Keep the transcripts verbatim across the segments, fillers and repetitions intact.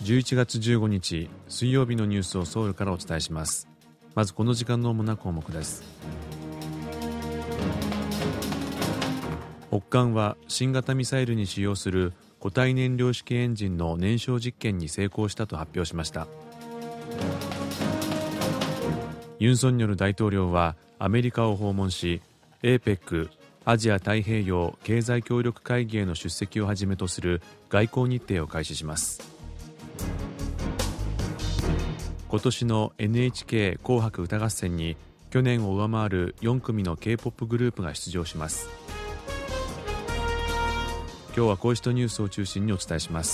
じゅういちがつじゅうごにち水曜日のニュースをソウルからお伝えします。まずこの時間の主な項目です。北韓は新型ミサイルに使用する固体燃料式エンジンの燃焼実験に成功したと発表しました。ユン・ソンニョル大統領はアメリカを訪問し、 エーペック アジア太平洋経済協力会議への出席をはじめとする外交日程を開始します。今年の エヌエイチケー 紅白歌合戦に去年を上回るよんくみの K-ポップ グループが出場します。今日はこうしたニュースを中心にお伝えします。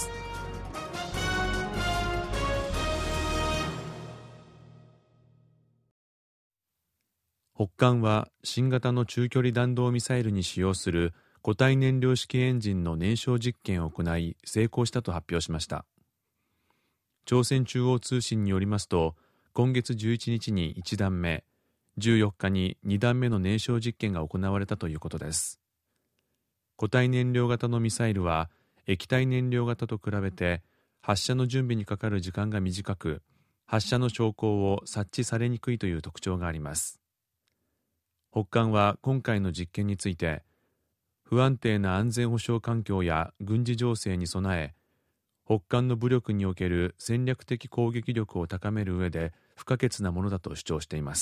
北韓は新型の中距離弾道ミサイルに使用する固体燃料式エンジンの燃焼実験を行い成功したと発表しました。朝鮮中央通信によりますと、今月じゅういちにちにいちだんめ、じゅうよっかににだんめの燃焼実験が行われたということです。固体燃料型のミサイルは液体燃料型と比べて発射の準備にかかる時間が短く、発射の兆候を察知されにくいという特徴があります。北韓は今回の実験について、不安定な安全保障環境や軍事情勢に備え、北韓の武力における戦略的攻撃力を高める上で不可欠なものだと主張しています。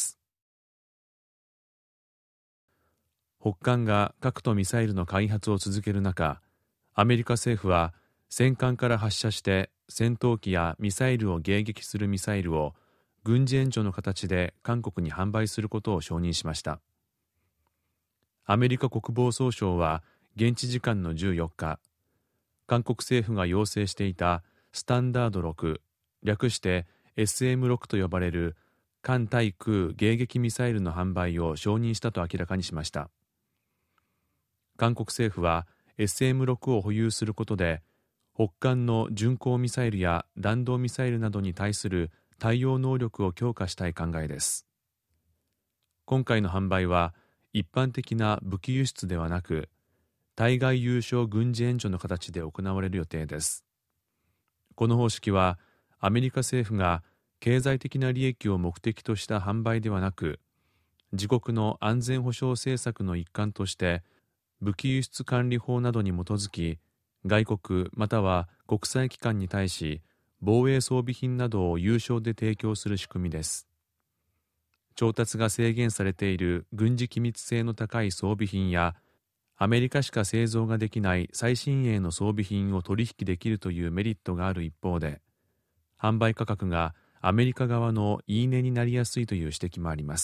北韓が核とミサイルの開発を続ける中、アメリカ政府は戦艦から発射して戦闘機やミサイルを迎撃するミサイルを軍事援助の形で韓国に販売することを承認しました。アメリカ国防総省は現地時間のじゅうよっか、韓国政府が要請していたスタンダードろく、略して エスエムろく と呼ばれる艦対空迎撃ミサイルの販売を承認したと明らかにしました。韓国政府は エスエムろく を保有することで、北韓の巡航ミサイルや弾道ミサイルなどに対する対応能力を強化したい考えです。今回の販売は一般的な武器輸出ではなく、対外有償軍事援助の形で行われる予定です。この方式はアメリカ政府が経済的な利益を目的とした販売ではなく、自国の安全保障政策の一環として武器輸出管理法などに基づき、外国または国際機関に対し防衛装備品などを有償で提供する仕組みです。調達が制限されている軍事機密性の高い装備品や、アメリカしか製造ができない最新鋭の装備品を取引できるというメリットがある一方で、販売価格がアメリカ側の言い値になりやすいという指摘もあります。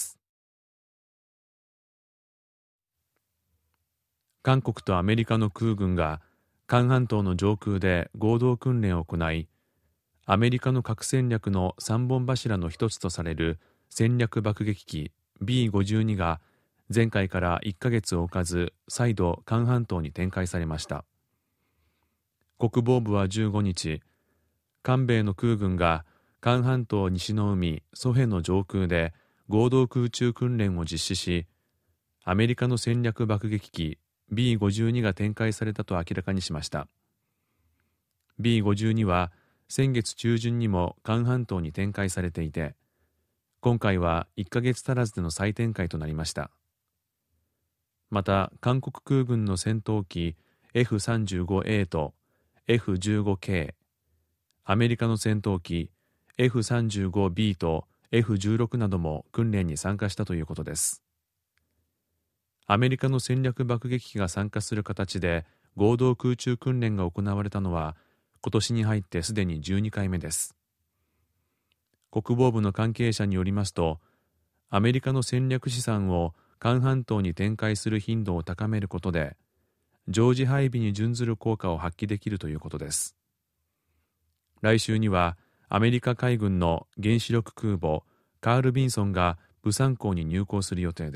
韓国とアメリカの空軍が韓半島の上空で合同訓練を行い、アメリカの核戦略の三本柱の一つとされる戦略爆撃機 ビーごじゅうに が前回からいっかげつを置かず再度韓半島に展開されました。国防部はじゅうごにち、韓米の空軍が韓半島西の海ソヘの上空で合同空中訓練を実施し、アメリカの戦略爆撃機 ビーごじゅうに が展開されたと明らかにしました。 ビーごじゅうに は先月中旬にも韓半島に展開されていて、今回はいっかげつ足らずでの再展開となりました。また韓国空軍の戦闘機 エフさんじゅうごエー と エフじゅうごケー、 アメリカの戦闘機 エフさんじゅうごビー と エフじゅうろく なども訓練に参加したということです。アメリカの戦略爆撃機が参加する形で合同空中訓練が行われたのは今年に入ってすでにじゅうにかいめです。国防部の関係者によりますと、アメリカの戦略資産を韓半島に展開する頻度を高めることで、常時配備に準ずる効果を発揮できるということです。来週にはアメリカ海軍の原子力空母カール・ビンソンが釜山港に入港する予定です。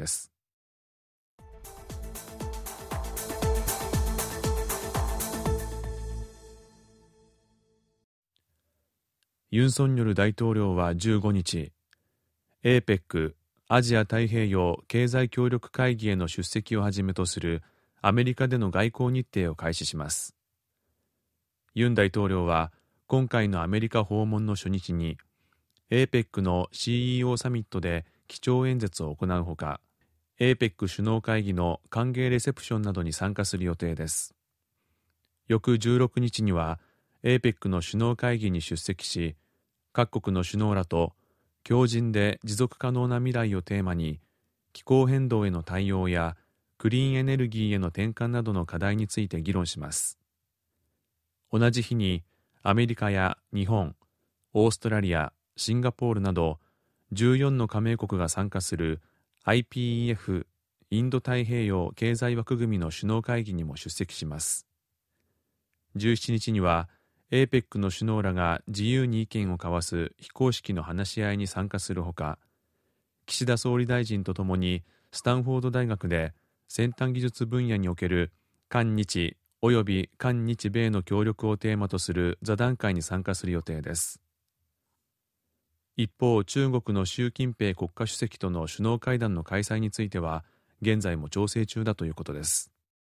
ユン・ソンニョル大統領はじゅうごにち、エーペック アジア太平洋経済協力会議への出席をはじめとするアメリカでの外交日程を開始します。ユン大統領は今回のアメリカ訪問の初日に エーペック の シーイーオー サミットで基調演説を行うほか、 エーペック 首脳会議の歓迎レセプションなどに参加する予定です。翌じゅうろくにちには エーペック の首脳会議に出席し、各国の首脳らと強靭で持続可能な未来をテーマに気候変動への対応やクリーンエネルギーへの転換などの課題について議論します。同じ日にアメリカや日本、オーストラリア、シンガポールなどじゅうよんの加盟国が参加する アイピーイーエフ インド太平洋経済枠組みの首脳会議にも出席します。じゅうしちにちには エーペック の首脳らが自由に意見を交わす非公式の話し合いに参加するほか、岸田総理大臣とともにスタンフォード大学で先端技術分野における韓日および韓日米の協力をテーマとする座談会に参加する予定です。一方、中国の習近平国家主席との首脳会談の開催については現在も調整中だということです。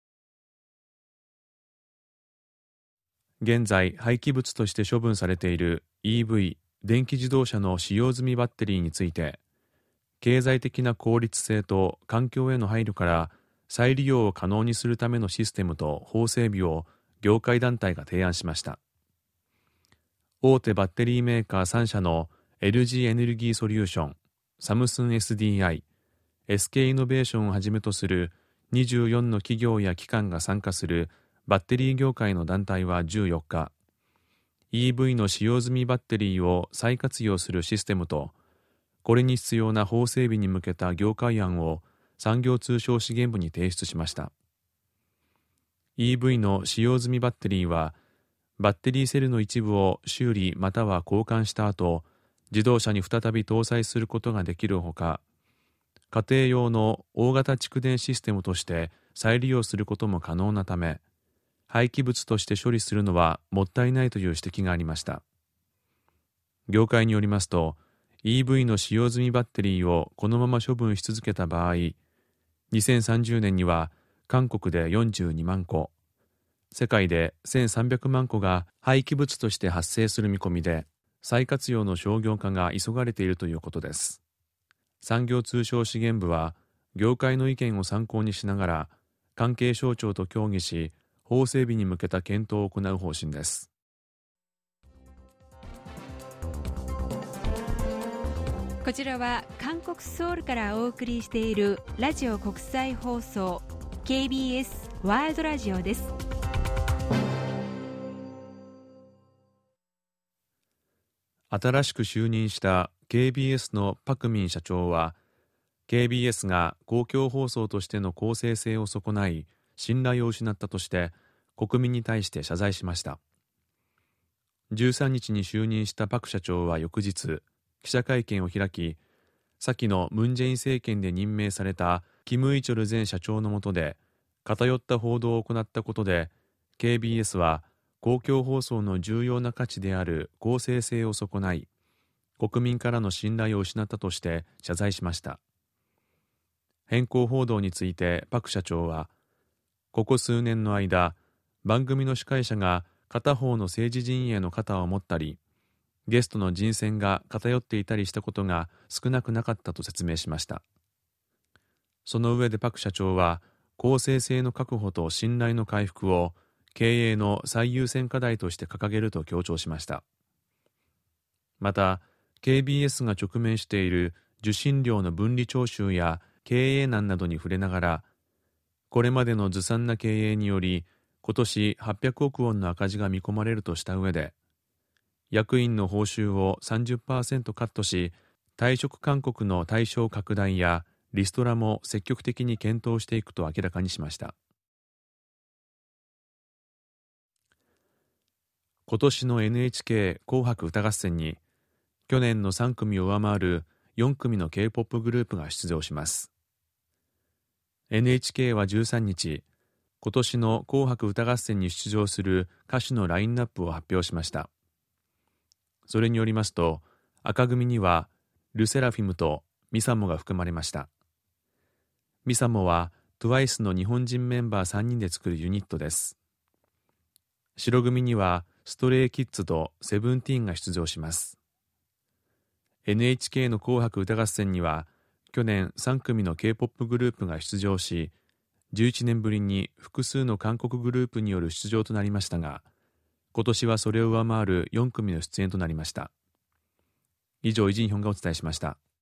現在廃棄物として処分されている イーブイ 電気自動車の使用済みバッテリーについて、経済的な効率性と環境への配慮から再利用を可能にするためのシステムと法整備を業界団体が提案しました。大手バッテリーメーカーさんしゃの エルジー エネルギーソリューション、サムスン エスディーアイ、エスケー イノベーションをはじめとするにじゅうよんの企業や機関が参加するバッテリー業界の団体はじゅうよっか、イーブイ の使用済みバッテリーを再活用するシステムと、これに必要な法整備に向けた業界案を産業通商資源部に提出しました。 イーブイ の使用済みバッテリーは、バッテリーセルの一部を修理または交換した後、自動車に再び搭載することができるほか、家庭用の大型蓄電システムとして再利用することも可能なため、廃棄物として処理するのはもったいないという指摘がありました。業界によりますと、イーブイ の使用済みバッテリーをこのまま処分し続けた場合、にせんさんじゅうねんには韓国でよんじゅうにまんこ、世界でせんさんびゃくまんこが廃棄物として発生する見込みで、再活用の商業化が急がれているということです。産業通商資源部は、業界の意見を参考にしながら、関係省庁と協議し、法整備に向けた検討を行う方針です。 こちらは韓国ソウルからお送りしているラジオ国際放送 ケービーエス ワールドラジオです。 新しく就任した ケービーエス のパク・ミン社長は、 ケービーエス が公共放送としての公正性を損ない信頼を失ったとして国民に対して謝罪しました。じゅうさんにちに就任したパク社長は翌日記者会見を開き、先のムン・ジェイン政権で任命されたキム・イチョル前社長の下で偏った報道を行ったことで、 ケービーエス は公共放送の重要な価値である公正性を損ない国民からの信頼を失ったとして謝罪しました。変更報道についてパク社長は、ここ数年の間、番組の司会者が片方の政治陣営の肩を持ったり、ゲストの人選が偏っていたりしたことが少なくなかったと説明しました。その上でパク社長は、公正性の確保と信頼の回復を経営の最優先課題として掲げると強調しました。また、ケービーエス が直面している受信料の分離徴収や経営難などに触れながら、これまでのずさんな経営により今年はっぴゃくおくウォンの赤字が見込まれるとした上で、役員の報酬を さんじゅっパーセント カットし、退職勧告の対象拡大やリストラも積極的に検討していくと明らかにしました。今年の エヌエイチケー 紅白歌合戦に去年のさんくみを上回るよんくみの K-ポップ グループが出場します。エヌエイチケー はじゅうさんにち、今年の紅白歌合戦に出場する歌手のラインナップを発表しました。それによりますと、赤組にはルセラフィムとミサモが含まれました。ミサモは トゥワイス の日本人メンバーさんにんで作るユニットです。白組にはストレイキッズとセブンティーンが出場します。 エヌエイチケー の紅白歌合戦には去年さん組の K-ポップ グループが出場し、じゅういちねんぶりに複数の韓国グループによる出場となりましたが、今年はそれを上回るよん組の出演となりました。以上、イ・ジンヒョンがお伝えしました。